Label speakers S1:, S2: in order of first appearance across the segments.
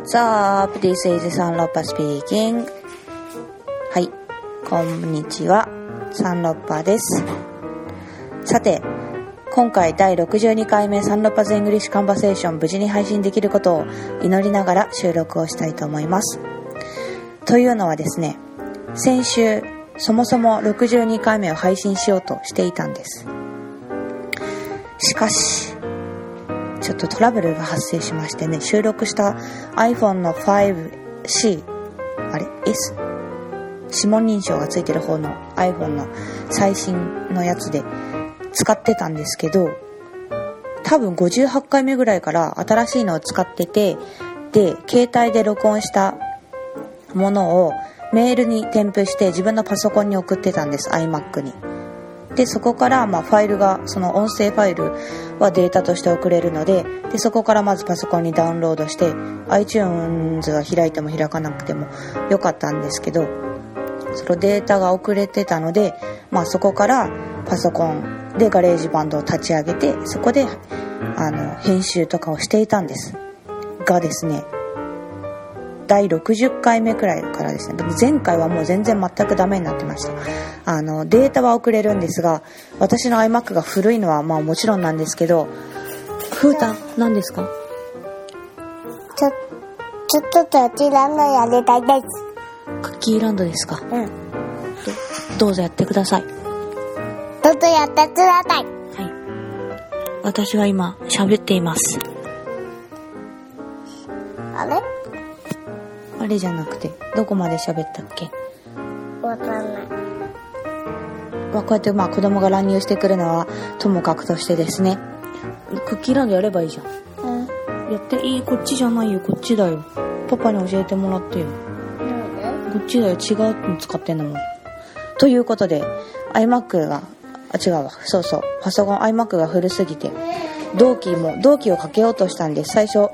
S1: What's up? This is サンロッパ speaking. はい、こんにちは。サンロッパです。さて、今回第62回目サンロッパズイングリッシュカンバセーション無事に配信できることを祈りながら収録をしたいと思います。というのはですね、先週そもそも62回目を配信しようとしていたんです。しかしちょっとトラブルが発生しましてね、収録した iPhone の 5C S 指紋認証がついてる方の iPhone の最新のやつで使ってたんですけど、多分58回目ぐらいから新しいのを使ってて、で携帯で録音したものをメールに添付して自分のパソコンに送ってたんです、 iMac に。でそこからファイルが、その音声ファイルはデータとして送れるので、そこからまずパソコンにダウンロードして iTunes は開いても開かなくてもよかったんですけど、そのデータが遅れてたので、そこからパソコンでガレージバンドを立ち上げて、そこで編集とかをしていたんですがですね、第60回目くらいからですね、前回はもう全然全くダメになってました。データは送れるんですが、私の iMac が古いのはもちろんなんですけど、ふーたん何ですか？
S2: ちょっとクッキーランドやりたいです。
S1: クッキーランドですか？どうぞやってください。
S2: どうぞやってください。
S1: はい。私は今喋っています。あれじゃなくて、どこまで喋ったっけ？
S2: わかんない。
S1: こうやって子供が乱入してくるのはともかくとしてですね、クッキーランドやればいいじゃん。やっていい？こっちじゃないよ、こっちだよ。パパに教えてもらってよ。こっちだよ、違うの使ってんのもん。ということで iMac がパソコン iMac が古すぎて同期をかけようとしたんです。最初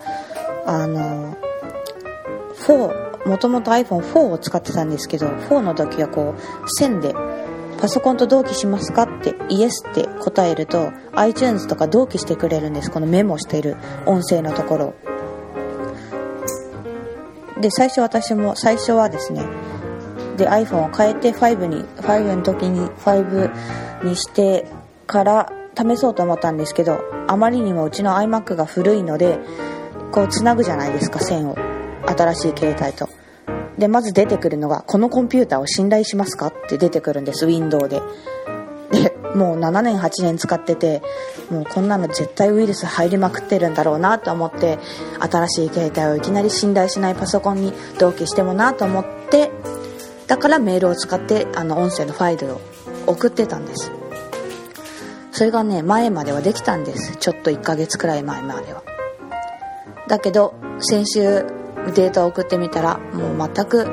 S1: もともと iPhone4 を使ってたんですけど、4の時は線でパソコンと同期しますかってイエスって答えると iTunes とか同期してくれるんです。このメモしている音声のところで、私も最初はですね、で iPhone を変えて5の時に5にしてから試そうと思ったんですけど、あまりにもうちの iMac が古いのでつなぐじゃないですか、線を新しい携帯と。でまず出てくるのが、このコンピューターを信頼しますかって出てくるんです、ウィンドウで。でもう7年8年使ってて、もうこんなの絶対ウイルス入りまくってるんだろうなと思って、新しい携帯をいきなり信頼しないパソコンに同期してもなと思って、だからメールを使って音声のファイルを送ってたんです。それがね、前まではできたんです。ちょっと1ヶ月くらい前までは。だけど先週データを送ってみたら、もう全く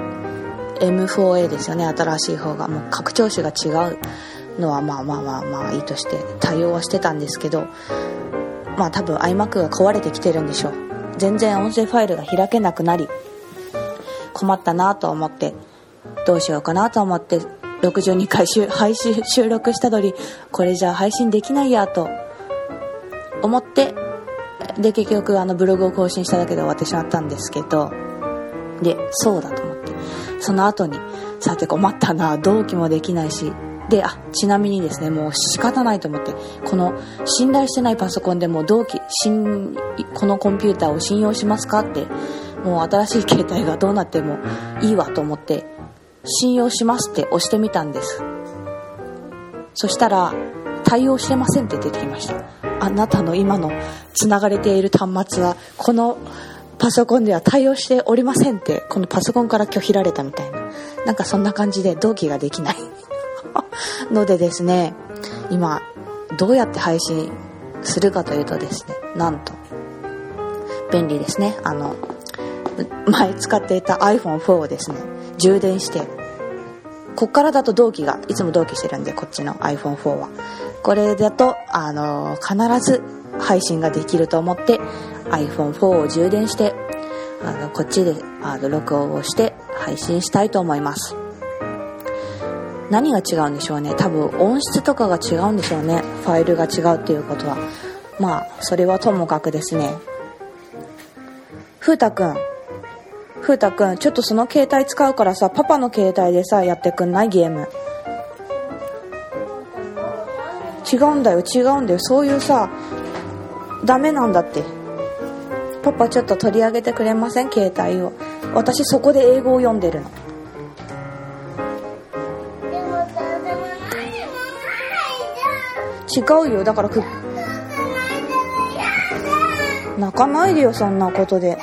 S1: M4A ですよね、新しい方が。もう拡張子が違うのはいいとして対応はしてたんですけど、多分 iMac が壊れてきてるんでしょう。全然音声ファイルが開けなくなり困ったなと思って、どうしようかなと思って62回配信収録したのに、これじゃあ配信できないやと思って、で結局ブログを更新しただけで終わってしまったんですけど、でそうだと思って、その後にさて困ったな、同期もできないし、でちなみにですね、もう仕方ないと思って、この信頼してないパソコンでもこのコンピューターを信用しますかって、もう新しい携帯がどうなってもいいわと思って信用しますって押してみたんです。そしたら対応してませんって出てきました。あなたの今のつながれている端末はこのパソコンでは対応しておりませんって、このパソコンから拒否られたみたいな、なんかそんな感じで同期ができないのでですね、今どうやって配信するかというとですね、なんと便利ですね。前使っていた iPhone4 をですね、充電して、こっからだといつも同期してるんで、こっちの iPhone4 はこれだと必ず配信ができると思って iPhone4 を充電して、こっちで録音をして配信したいと思います。何が違うんでしょうね。多分音質とかが違うんでしょうね、ファイルが違うっていうことは。それはともかくですね、ふうたくんふうたくん、ちょっとその携帯使うからさ、パパの携帯でさやってくんない？ゲーム。違うんだよ、そういうさ、ダメなんだって。パパちょっと取り上げてくれません？携帯を。私そこで英語を読んでるの。違うよ、だから泣かないでよ、そんなことで。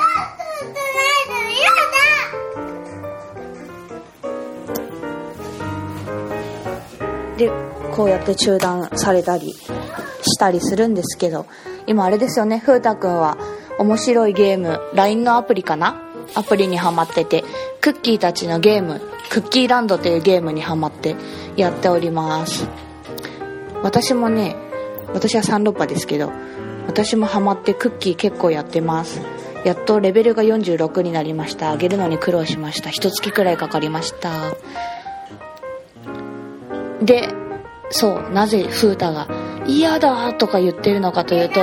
S1: でこうやって中断されたりしたりするんですけど、今あれですよね、ふうたくんは面白いゲーム、 LINE のアプリかな、アプリにハマってて、クッキーたちのゲーム、クッキーランドというゲームにハマってやっております。私もね、私は3ロッパですけど、私もハマってクッキー結構やってます。やっとレベルが46になりました。上げるのに苦労しました。1月くらいかかりました。で、そう、なぜフータが嫌だとか言ってるのかというと、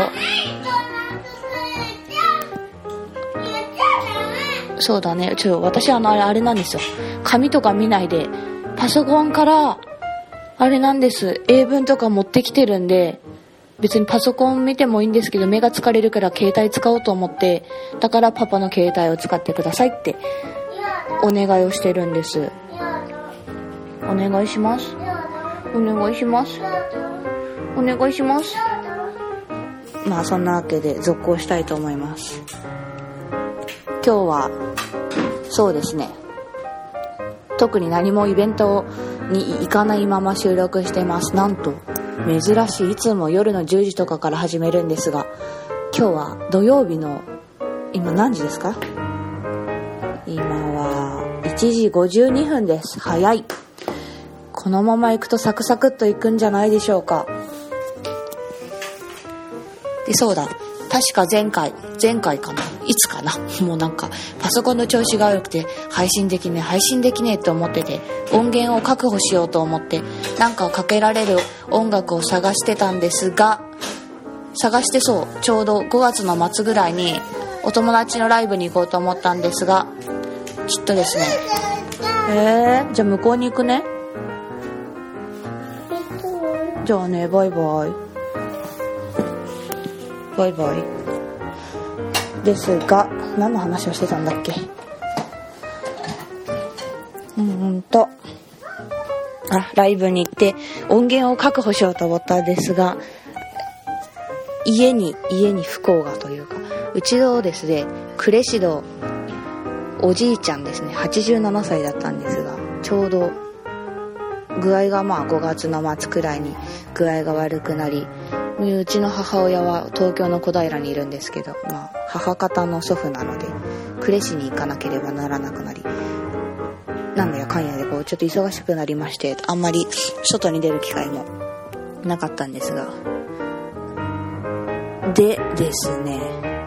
S1: そうだね、私あれなんですよ、紙とか見ないでパソコンからあれなんです、英文とか持ってきてるんで、別にパソコン見てもいいんですけど、目が疲れるから携帯使おうと思って、だからパパの携帯を使ってくださいってお願いをしてるんです。お願いします、お願いします、お願いします。まあそんなわけで続行したいと思います。今日はそうですね、特に何もイベントに行かないまま収録してます。なんと珍しい、いつも夜の10時とかから始めるんですが、今日は土曜日の今何時ですか？今は1時52分です。早い。このまま行くとサクサクっと行くんじゃないでしょうか。で、そうだ、確か前回かな、いつかな、もうなんかパソコンの調子が悪くて配信できねえって思ってて、音源を確保しようと思ってなんかかけられる音楽を探してたんですが、そうちょうど5月の末ぐらいにお友達のライブに行こうと思ったんですが、きっとですね、じゃあ向こうに行くね。じゃあね、バイバイバイバイ。ですが、何の話をしてたんだっけ。ライブに行って音源を確保しようと思ったんですが、家に不幸がというか、うちのですね、呉市のおじいちゃんですね、87歳だったんですが、ちょうど具合が5月の末くらいに具合が悪くなり、うちの母親は東京の小平にいるんですけど、母方の祖父なので呉市に行かなければならなくなり、なんだやかんやでちょっと忙しくなりまして、あんまり外に出る機会もなかったんですが、でですね、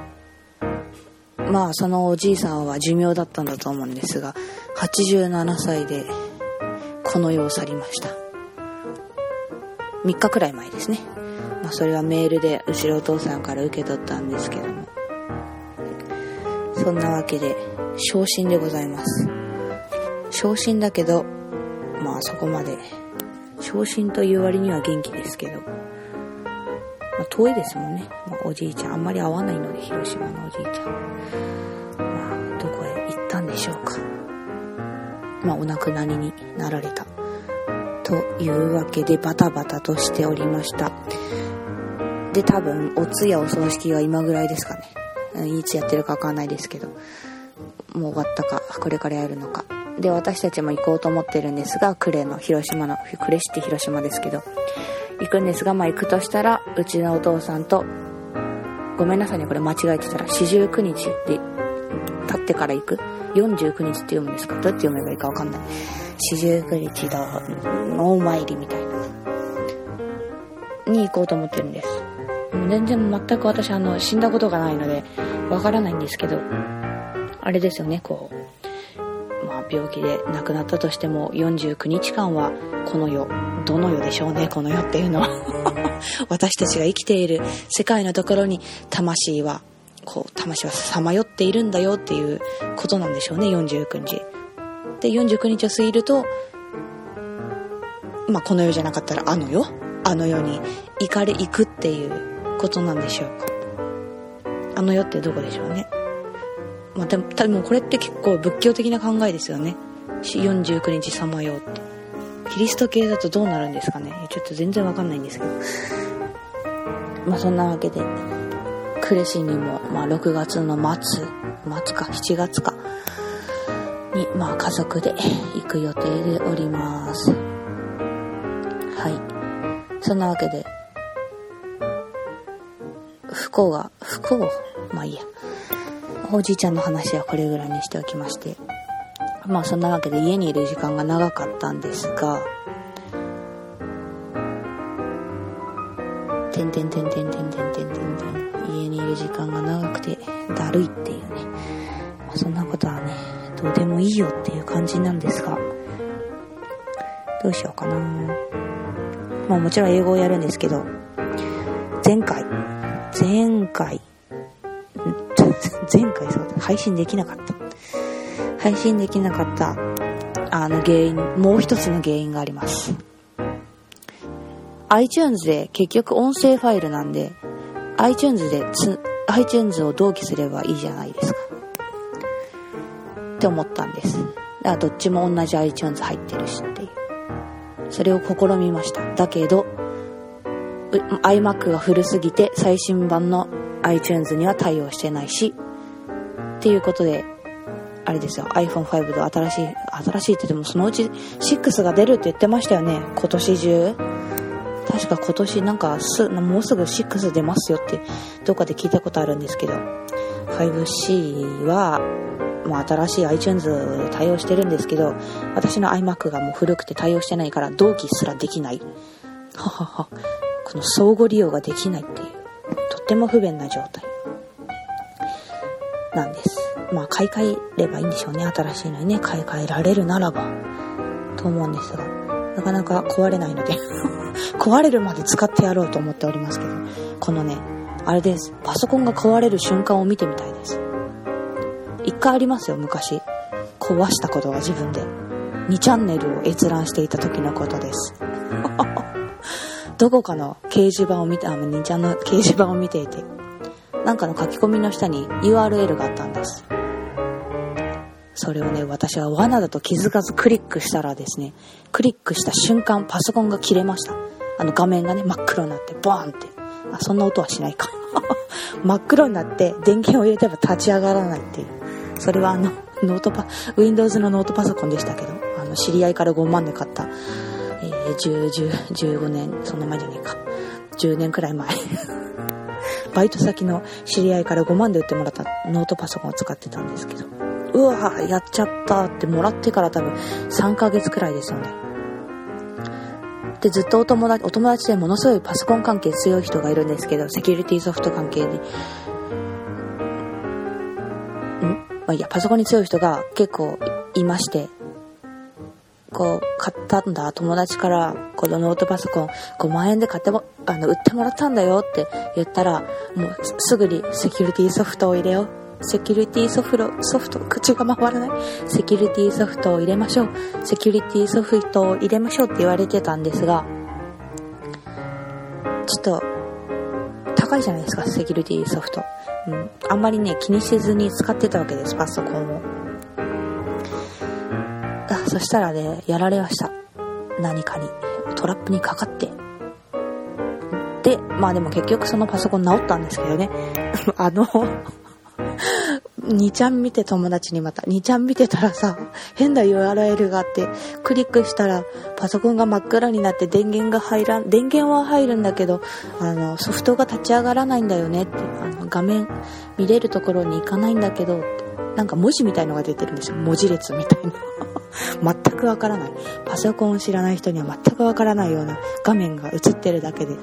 S1: そのおじいさんは寿命だったんだと思うんですが、87歳でこの世を去りました。3日くらい前ですね。それはメールで後ろお父さんから受け取ったんですけども、そんなわけで昇進でございます。昇進だけど、そこまで昇進という割には元気ですけど、遠いですもんね。おじいちゃんあんまり会わないので、広島のおじいちゃん、どこへ行ったんでしょうか。お亡くなりになられたというわけで、バタバタとしておりました。で、多分お通夜お葬式が今ぐらいですかね。いつやってるか分かんないですけど、もう終わったかこれからやるのかで、私たちも行こうと思ってるんですが、呉市って広島ですけど行くんですが、行くとしたらうちのお父さんと、ごめんなさいね、これ間違えてたら49日で経ってから行く、49日って読むんですか、どうやって読めばいいか分かんない、49日のお参りみたいなに行こうと思ってるんです。全く私死んだことがないのでわからないんですけど、あれですよね、病気で亡くなったとしても49日間はこの世、どの世でしょうね、この世っていうのは私たちが生きている世界のところに魂はこう魂はさまよっているんだよっていうことなんでしょうね。49日で49日を過ぎると、この世じゃなかったらあの世に行くっていうことなんでしょうか。あの世ってどこでしょうね。でも多分これって結構仏教的な考えですよね。49日さまようって。キリスト系だとどうなるんですかね。ちょっと全然わかんないんですけど、そんなわけでクレシにも、6月の末か7月かに、家族で行く予定でおります。はい。そんなわけで不幸いいや、おじいちゃんの話はこれぐらいにしておきまして、そんなわけで家にいる時間が長かったんですが、家にいる時間が長くてだるいっていうね、そんなことはねどうでもいいよっていう感じなんですが、どうしようかな。もちろん英語をやるんですけど、前回そうだ、配信できなかった原因、もう一つの原因があります。iTunes で結局音声ファイルなんで iTunes を同期すればいいじゃないですかって思ったんです。だからどっちも同じ iTunes 入ってるしっていう、それを試みました。だけど iMac が古すぎて最新版の iTunes には対応してないしっていうことで、あれですよ、 iPhone5 で新しいって言ってもそのうち6が出るって言ってましたよね。今年中、確か今年もうすぐ6出ますよってどっかで聞いたことあるんですけど、 5C は新しい iTunes 対応してるんですけど、私の iMac がもう古くて対応してないから同期すらできない。この相互利用ができないっていう、とっても不便な状態なんです。買い替えればいいんでしょうね。新しいのにね、買い替えられるならばと思うんですが、なかなか壊れないので壊れるまで使ってやろうと思っておりますけど、このね、あれです、パソコンが壊れる瞬間を見てみたいです。一回ありますよ、昔壊したことが自分で。2チャンネルを閲覧していた時のことですどこかの掲示板を見て、2ちゃんの掲示板を見ていて、なんかの書き込みの下に URL があったんです。それをね、私は罠だと気づかずクリックしたらですね、クリックした瞬間パソコンが切れました。画面がね真っ黒になってボーンって、そんな音はしないか真っ黒になって電源を入れても立ち上がらないっていう、それはWindows のノートパソコンでしたけど、知り合いから5万で買った、15年、そんな前じゃねえか、10年くらい前バイト先の知り合いから5万で売ってもらったノートパソコンを使ってたんですけど、うわーやっちゃったってもらってから多分3ヶ月くらいですよね。でずっとお友達でものすごいパソコン関係強い人がいるんですけど、セキュリティソフト関係でパソコンに強い人が結構いまして、買ったんだ、友達からこのノートパソコン5万円で売ってもらったんだよって言ったら、もうすぐにセキュリティソフトを入れよう、セキュリティソフト、口が回らない、セキュリティソフトを入れましょう、セキュリティソフトを入れましょうって言われてたんですが、ちょっと高いじゃないですか、セキュリティソフト。あんまりね気にせずに使ってたわけです、パソコンを。そしたらね、やられました。何かにトラップにかかって、ででも結局そのパソコン直ったんですけどね2ちゃん見て、友達にまた2ちゃん見てたらさ、変な URL があって、クリックしたらパソコンが真っ暗になって電源は入るんだけどソフトが立ち上がらないんだよねって、画面見れるところに行かないんだけどって、なんか文字みたいのが出てるんですよ、文字列みたいな全くわからない、パソコンを知らない人には全くわからないような画面が映ってるだけで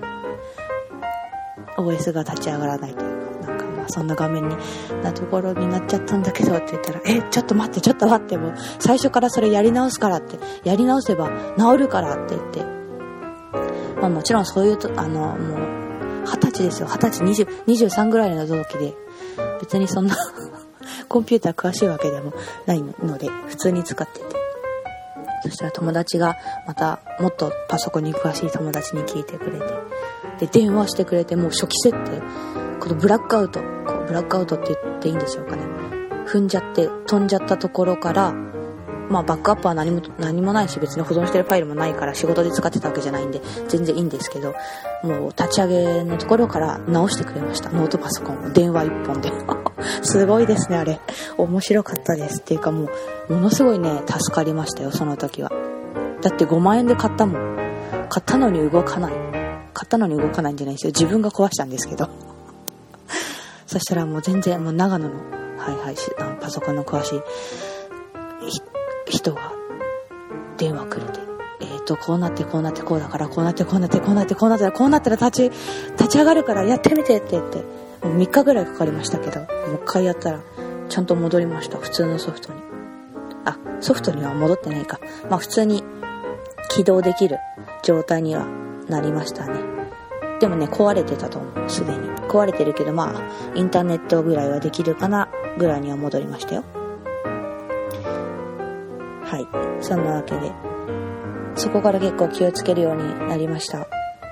S1: OS が立ち上がらないというか、そんな画面なところになっちゃったんだけどって言ったら、ちょっと待ってもう最初からそれやり直すからって、やり直せば治るからって言って、もちろんそういうもう 20歳ですよ。20歳、23ぐらいの時で、別にそんなコンピューター詳しいわけでもないので、普通に使ってて。そしたら友達がまたもっとパソコンに詳しい友達に聞いてくれて、で電話してくれて、もう初期設定、このブラックアウトって言っていいんでしょうかね、踏んじゃって飛んじゃったところから、まあバックアップは何もないし、別に保存してるファイルもないから仕事で使ってたわけじゃないんで全然いいんですけど、もう立ち上げのところから直してくれました。ノートパソコンを電話1本ですごいですね、あれ面白かったです。っていうか、ものすごいね、助かりましたよ、その時は。だって5万円で買ったもん。買ったのに動かないんじゃないですよ、自分が壊したんですけどそしたらもう全然、もう長野のパソコンの詳しい人が電話くれて、こうなってこうだから、こうなったら立ち上がるからやってみてって言って、もう3日ぐらいかかりましたけど、もう一回やったらちゃんと戻りました。普通のソフトに。ソフトには戻ってないか。まあ普通に起動できる状態にはなりましたね。でもね、壊れてたと思う。すでに壊れてるけど、まあインターネットぐらいはできるかなぐらいには戻りましたよ。はい、そんなわけでそこから結構気をつけるようになりました。って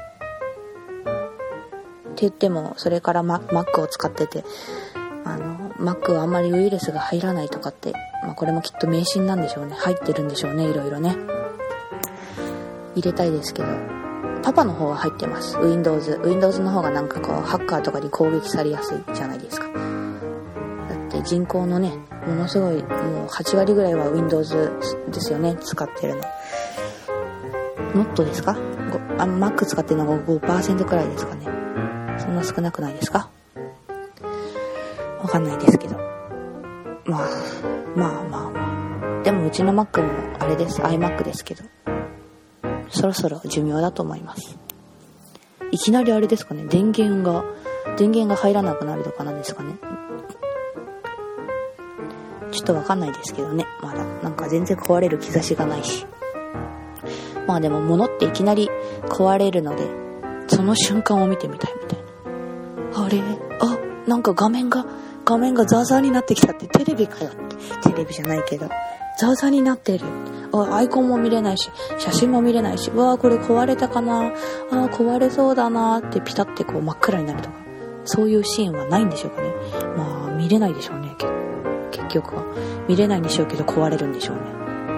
S1: 言っても、それから Mac を使ってて、Mac はあんまりウイルスが入らないとかって、まあこれもきっと迷信なんでしょうね。入ってるんでしょうね、いろいろね。入れたいですけど、パパの方は入ってます。Windows の方がなんかこうハッカーとかに攻撃されやすいじゃないですか。だって人口のね、ものすごい、もう8割ぐらいは Windows ですよね、使ってるの。もっとですか？Mac 使ってるのが 5% くらいですかね。そんな少なくないですか？わかんないですけど。まあ。でもうちの Mac もあれです。iMac ですけど。そろそろ寿命だと思います。いきなりあれですかね。電源が入らなくなるとかなんですかね。ちょっとわかんないですけどね。まだなんか全然壊れる兆しがないし。まあでも物っていきなり壊れるので、その瞬間を見てみたいみたいな。なんか画面がザーザーになってきたって。テレビかよって。テレビじゃないけどザーザーになってる。アイコンも見れないし、写真も見れないし、これ壊れたかな、壊れそうだなってピタってこう真っ暗になるとか、そういうシーンはないんでしょうかね。まあ見れないでしょうね。結局は見れないんでしょうけど、壊れるんでしょうね。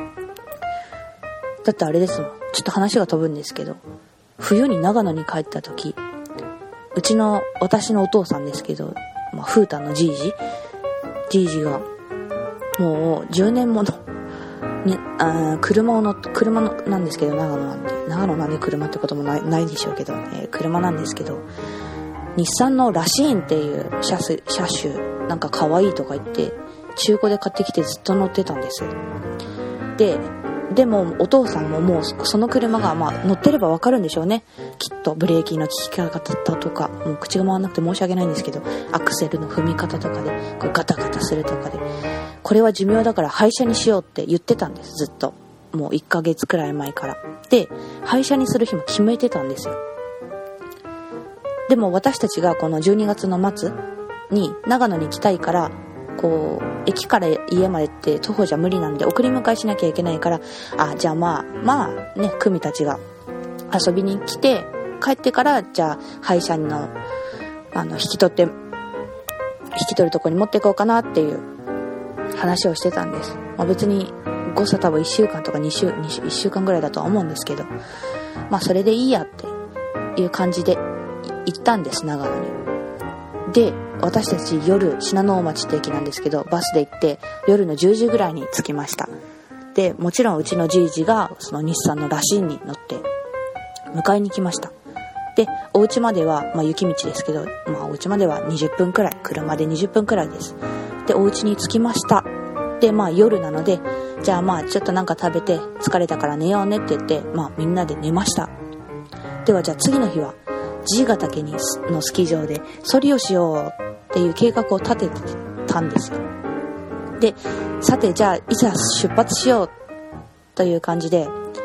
S1: だってあれですもん。ちょっと話が飛ぶんですけど、冬に長野に帰った時、私のお父さんですけど、風太のじいじがもう10年ものに車なんですけど、長野なんで車ってこともないでしょうけど、車なんですけど、日産のラシーンっていう車種なんか可愛いとか言って中古で買ってきてずっと乗ってたんです。でもお父さんももうその車が乗ってればわかるんでしょうね。きっとブレーキの効き方とか、もう口が回らなくて申し訳ないんですけど、アクセルの踏み方とかでこれガタガタするとかで、これは寿命だから廃車にしようって言ってたんです。ずっともう1ヶ月くらい前から。で、廃車にする日も決めてたんですよ。でも私たちがこの12月の末に長野に行きたいから、こう駅から家までって徒歩じゃ無理なんで送り迎えしなきゃいけないから、じゃあまあね、組たちが遊びに来て帰ってから、じゃあ廃車の引き取るとこに持っていこうかなっていう話をしてたんです。別に誤差多分1週間とか1週間ぐらいだとは思うんですけど、それでいいやっていう感じで行ったんです、長野に。で、私たち夜信濃町って駅なんですけど、バスで行って夜の10時ぐらいに着きました。で、もちろんうちのじいじがその日産のラシーンに乗って迎えに来ました。で、お家までは雪道ですけど、お家までは20分くらい、車で20分くらいです。で、お家に着きました。で、夜なので、じゃあちょっとなんか食べて疲れたから寝ようねって言って、みんなで寝ました。ではじゃあ次の日は爺ヶ岳のスキー場でソリをしようっていう計画を立ててたんですよ。で、さてじゃあいざ出発しようという感じで、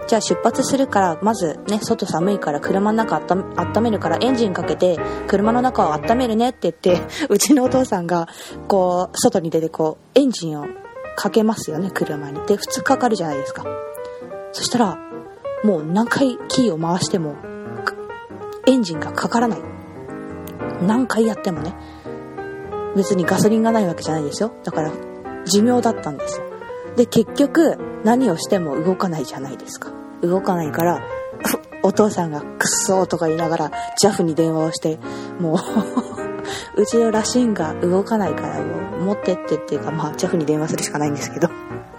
S1: じゃあ出発するからまずね、外寒いから車の中温めるからエンジンかけて車の中を温めるねって言ってうちのお父さんがこう外に出てこうエンジンをかけますよね、車に。で普通かかるじゃないですか。そしたらもう何回キーを回してもエンジンがかからない。何回やってもね。別にガソリンがないわけじゃないですよ。だから寿命だったんですよ。で結局何をしても動かないじゃないですか。動かないからお父さんがクッソーとか言いながら JAF に電話をして、もううちのラシンが動かないからもう持ってってっていうか、まあ JAF に電話するしかないんですけど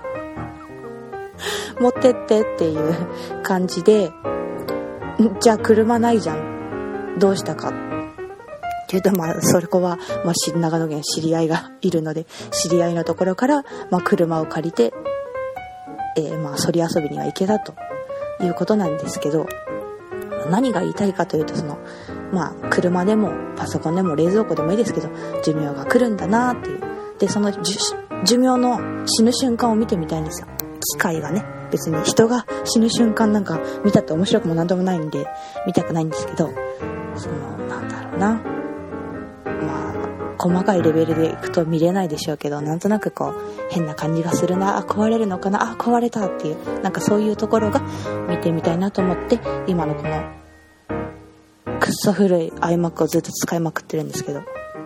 S1: 持ってってっていう感じで、じゃあ車ないじゃん、どうしたかっていうと、まあそこは、まあ、長野県知り合いがいるので、知り合いのところから、まあ、車を借りて、まあそり遊びには行けたということなんですけど、何が言いたいかというと、まあ車でもパソコンでも冷蔵庫でもいいですけど、寿命が来るんだなっていう。でその寿命の死ぬ瞬間を見てみたいんですよ。機械がね、別に人が死ぬ瞬間なんか見たって面白くもなんともないんで見たくないんですけど、なんだろうな、まあ細かいレベルでいくと見れないでしょうけど、なんとなくこう変な感じがするな、壊れるのかな、壊れたっていう、なんかそういうところが見てみたいなと思って、今のこのくっそ古い iMac をずっと使いまくってるんですけど、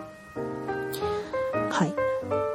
S1: はい。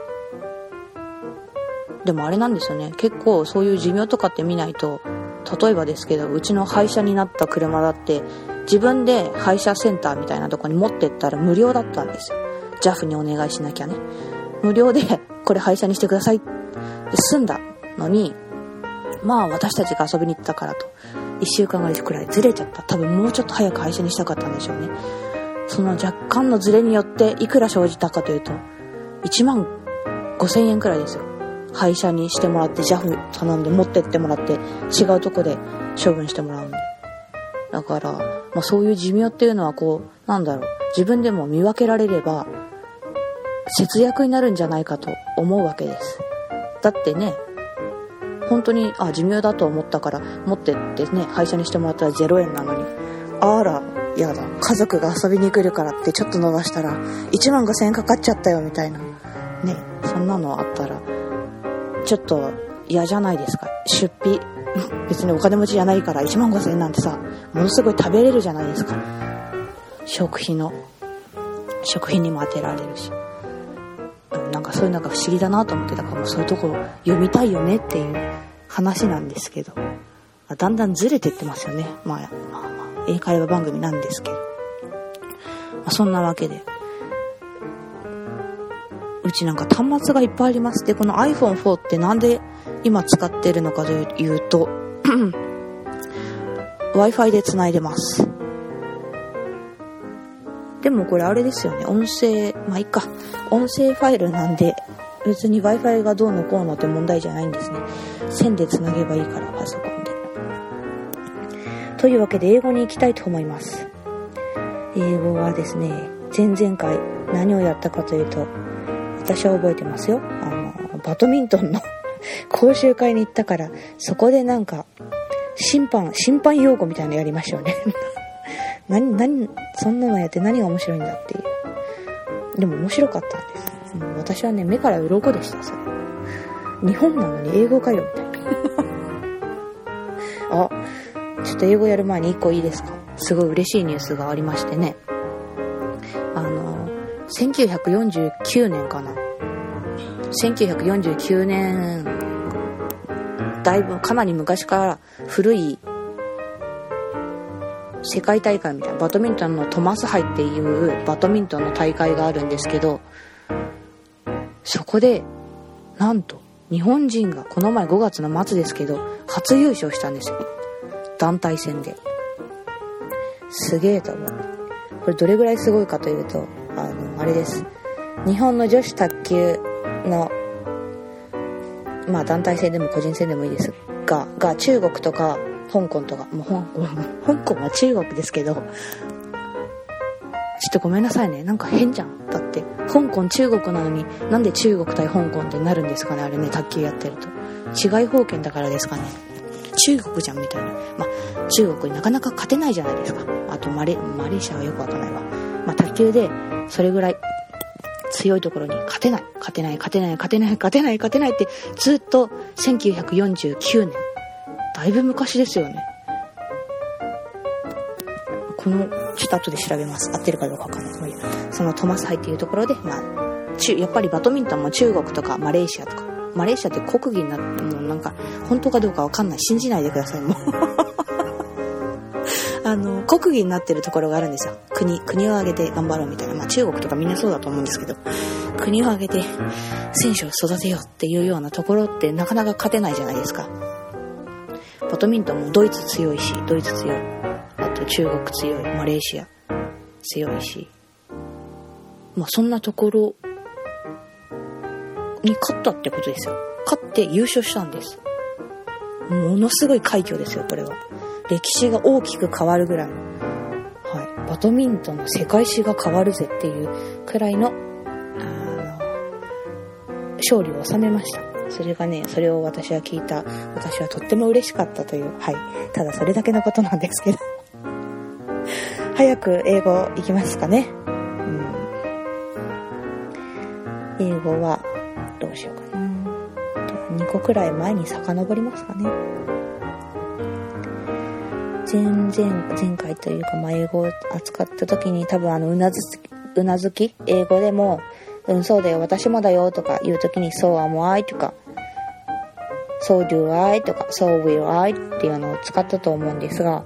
S1: でもあれなんですよね、結構そういう寿命とかって見ないと、例えばですけど、うちの廃車になった車だって自分で廃車センターみたいなとこに持ってったら無料だったんですよ。 JAF にお願いしなきゃね、無料でこれ廃車にしてくださいって済んだのに、まあ私たちが遊びに行ったからと1週間ぐらいくらいずれちゃった。多分もうちょっと早く廃車にしたかったんでしょうね。その若干のズレによっていくら生じたかというと、15,000円くらいですよ。廃車にしてもらって JAF 頼んで持ってってもらって違うとこで処分してもらうんで、だから、まあ、そういう寿命っていうのはこう、なんだろう、自分でも見分けられれば節約になるんじゃないかと思うわけです。だってね、本当に寿命だと思ったから持ってってね、廃車にしてもらったら0円なのに、あらやだ、家族が遊びに来るからってちょっと伸ばしたら15,000円かかっちゃったよみたいなね、そんなのあったらちょっと嫌じゃないですか。出費別にお金持ちじゃないから15,000円なんてさ、ものすごい食べれるじゃないですか。食費にも当てられるし、なんかそういうのが不思議だなと思って、だからもうそういうとこ読みたいよねっていう話なんですけど、だんだんずれてってますよね。まあ英会話番組なんですけど、そんなわけでうちなんか端末がいっぱいあります。でこの iPhone4 ってなんで今使ってるのかというとWi-Fi で繋いでます。でもこれあれですよね、音声、まあいいか、音声ファイルなんで別に Wi-Fi がどうのこうのって問題じゃないんですね。線で繋げばいいから、パソコンで。というわけで英語に行きたいと思います。英語はですね、前々回何をやったかというと、私は覚えてますよ。バドミントンの講習会に行ったから、そこでなんか審判用語みたいなのやりましたよねそんなのやって何が面白いんだっていう。でも面白かったんです。私はね、目から鱗でした。それ日本なのに英語かよみたいなちょっと英語やる前に1個いいですか。すごい嬉しいニュースがありましてね、1949年かな、1949年、だいぶかなり昔から古い世界大会みたいな、バドミントンのトマス杯っていうバドミントンの大会があるんですけど、そこでなんと日本人がこの前5月の末ですけど初優勝したんですよ、団体戦で。すげえと思う。これどれぐらいすごいかというと、あれです、日本の女子卓球のまあ団体戦でも個人戦でもいいですが中国とか香港とか、もう香港は中国ですけど、ちょっとごめんなさいね、なんか変じゃん。だって香港中国なのになんで中国対香港ってなるんですかね、あれね、卓球やってると。違い方権だからですかね。 中国じゃんみたいな。中国になかなか勝てないじゃないですか。あとマレーシアはよくわかんないわ。卓球でそれぐらい強いところに勝てないってずっと1949年、だいぶ昔ですよね。このちょっと後で調べます。合ってるかどうかわかんない。そのトマス杯っていうところで、やっぱりバドミントンも中国とかマレーシアとか、マレーシアって国技になって、もうなんか本当かどうかわかんない、信じないでくださいもう国技になってるところがあるんですよ。国を挙げて頑張ろうみたいな。中国とかみんなそうだと思うんですけど、国を挙げて選手を育てようっていうようなところってなかなか勝てないじゃないですか。バドミントンもドイツ強いし、あと中国強い、マレーシア強いし、そんなところに勝ったってことですよ。勝って優勝したんです。ものすごい快挙ですよ、これは。歴史が大きく変わるぐらいの、バドミントンの世界史が変わるぜっていうくらいの勝利を収めました。それを私は聞いた。私はとっても嬉しかったという、ただそれだけのことなんですけど早く英語いきますかね。英語はどうしようかな。2個くらい前に遡りますかね。前回というか、英語を扱った時に多分うなずき、英語でもそうだよ、私もだよとか言う時に So am I とか So do I とか So will I っていうのを使ったと思うんですが、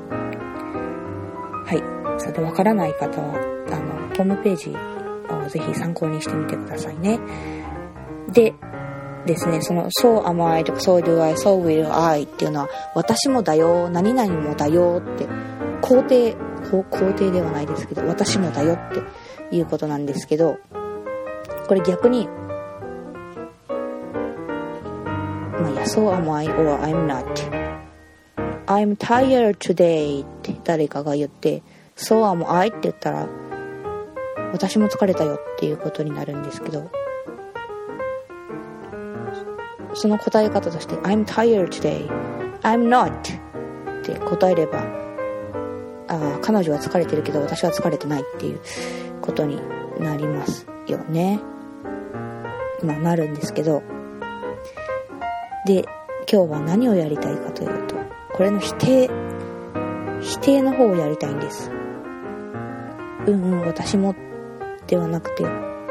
S1: それでわからない方はホームページをぜひ参考にしてみてくださいね。でですね、その So am I とか So do I So will I っていうのは、私もだよ、何々もだよって肯定ではないですけど、私もだよっていうことなんですけど、これ逆にSo am I or I'm not I'm tired today って誰かが言って So am I って言ったら、私も疲れたよっていうことになるんですけど、その答え方として I'm tired today I'm not って答えれば、彼女は疲れてるけど私は疲れてないっていうことになりますよね。なるんですけど、で今日は何をやりたいかというと、これの否定の方をやりたいんです。私もではなくて、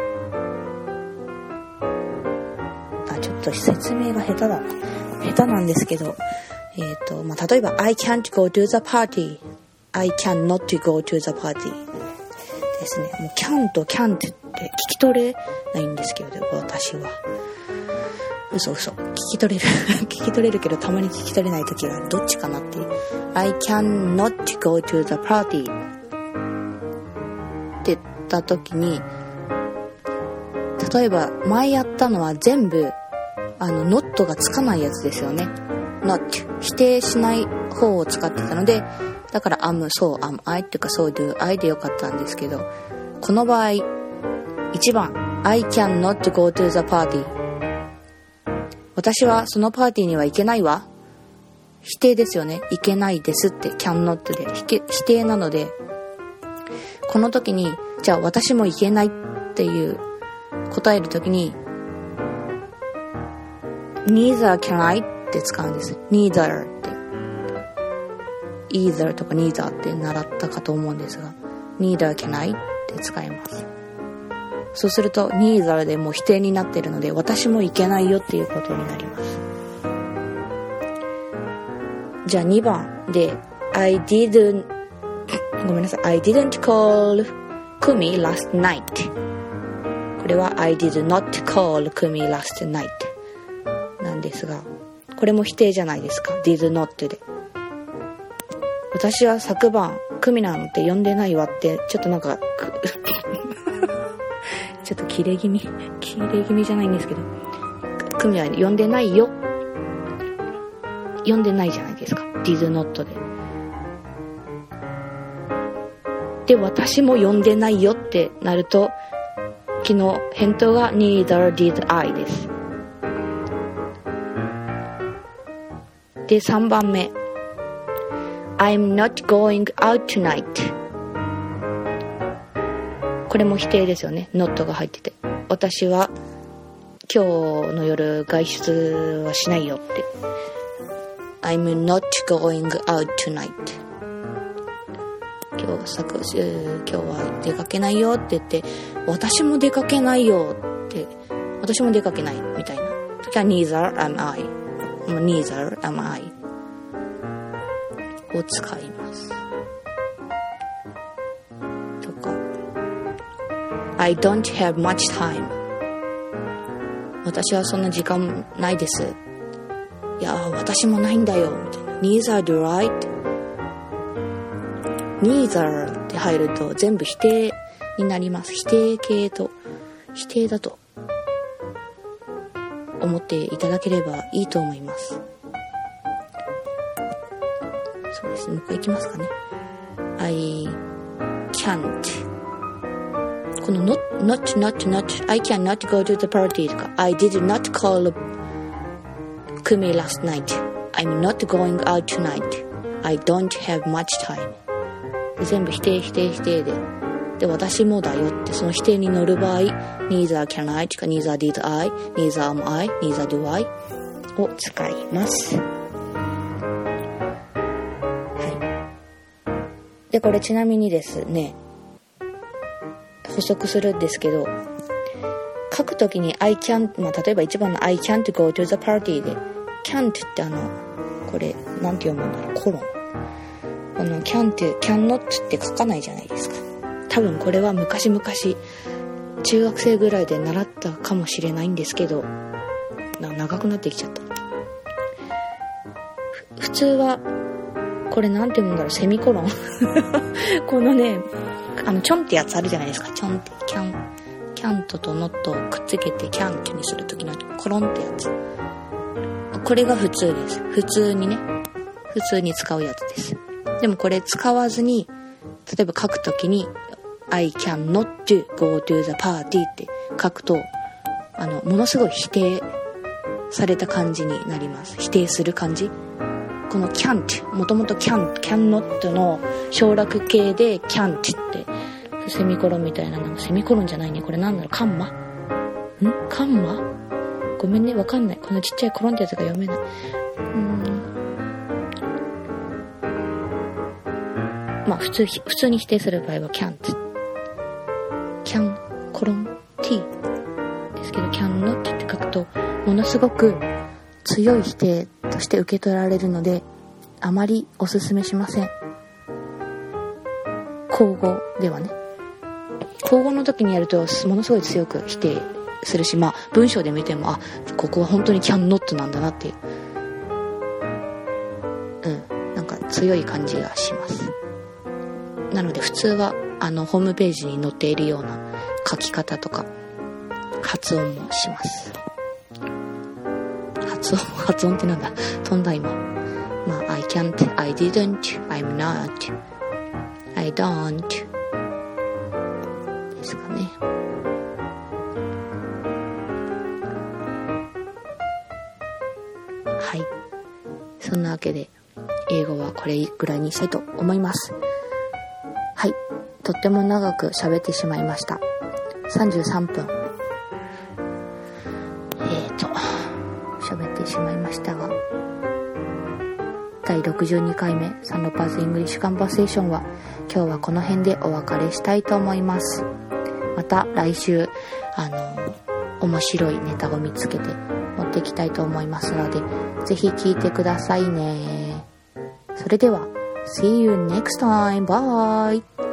S1: ちょっと説明が下手なんですけど、例えば I can't go to the party I can not go to the party ですね。もう can と can't って聞き取れないんですけど、私は嘘聞き取れるけど、たまに聞き取れない時がどっちかなっていう。 I can not go to the party って言った時に、例えば前やったのは全部not がつかないやつですよね。not 否定しない方を使ってたので、だから so am I っていうか so do I でよかったんですけど、この場合1番 I can not go to the party、 私はそのパーティーには行けないわ、否定ですよね。行けないですって can not で否定なので、この時にじゃあ私も行けないっていう答える時に neither can I って使うんです。 neither って either とか neither って習ったかと思うんですが、 neither can I って使います。そうすると neither でもう否定になっているので、私もいけないよっていうことになります。じゃあ2番で I didn't call Kumi last night。 これは I did not call Kumi last night なんですが、これも否定じゃないですか。 did not で、私は昨晩クミなんて呼んでないわって、ちょっとなんかちょっと切れ気味じゃないんですけど、クミは呼んでないよ、呼んでないじゃないですか did not で、私も呼んでないよってなると、昨日返答が neither did I です。 で、3番目 I'm not going out tonight。 これも否定ですよね。 not が入ってて、私は今日の夜外出はしないよって。 I'm not going out tonight。 今日は出かけないよって言って、私も出かけないよって、私も出かけないみたいな時は Neither am I。 Neither am I を使いますとか、 I don't have much time。 私はそんな時間ないです。いや私もないんだよみたいな。 Neither do I。 Neither って入ると全部否定になります。否定形と否定だと思っていただければいいと思います。そうですね、もう一回いきますかね。 I can't。 この not I cannot go to the party とか I did not call Kumi last night。 I'm not going out tonight。 I don't have much time。 全部否定で私もだよってその否定に乗る場合 Neither can I とか Neither did I Neither am I Neither do I を使います。はい。でこれちなみにですね、補足するんですけど、書くときに I can't、例えば1番の I can't go to the party で can't ってこれなんて読むんだろう、コロン、cannot って書かないじゃないですか。多分これは昔中学生ぐらいで習ったかもしれないんですけど、長くなってきちゃった。普通はこれなんて読むんだろう、セミコロンこのね、チョンってやつあるじゃないですか。チョンってキャントとノットをくっつけてキャントにするときのコロンってやつ、これが普通です。普通に使うやつです。でもこれ使わずに、例えば書くときに I cannot go to the party って書くと、ものすごい否定された感じになります。否定する感じ。この can't、 もともと cannot の省略形で can't ってセミコロンみたいな、セミコロンじゃないね、これなんだろう、カンマごめんね、わかんない。このちっちゃいコロンってやつが読めない。普通に否定する場合は can't コロン t ですけど cannot って書くとものすごく強い否定として受け取られるので、あまりおすすめしません。口語ではね、口語の時にやるとものすごい強く否定するし、文章で見てもここは本当に cannot なんだなっていう、なんか強い感じがします。なので普通はホームページに載っているような書き方とか発音もします。発音ってなんだ、飛んだ今。I can't, I didn't, I'm not, I don't ですかね。はい、そんなわけで英語はこれぐらいにしたいと思います。はい、とっても長く喋ってしまいました。33分喋ってしまいましたが、第62回目サンロパーズイングリッシュカンバセーションは今日はこの辺でお別れしたいと思います。また来週面白いネタを見つけて持っていきたいと思いますので、ぜひ聞いてくださいね。それでは See you next time. Bye.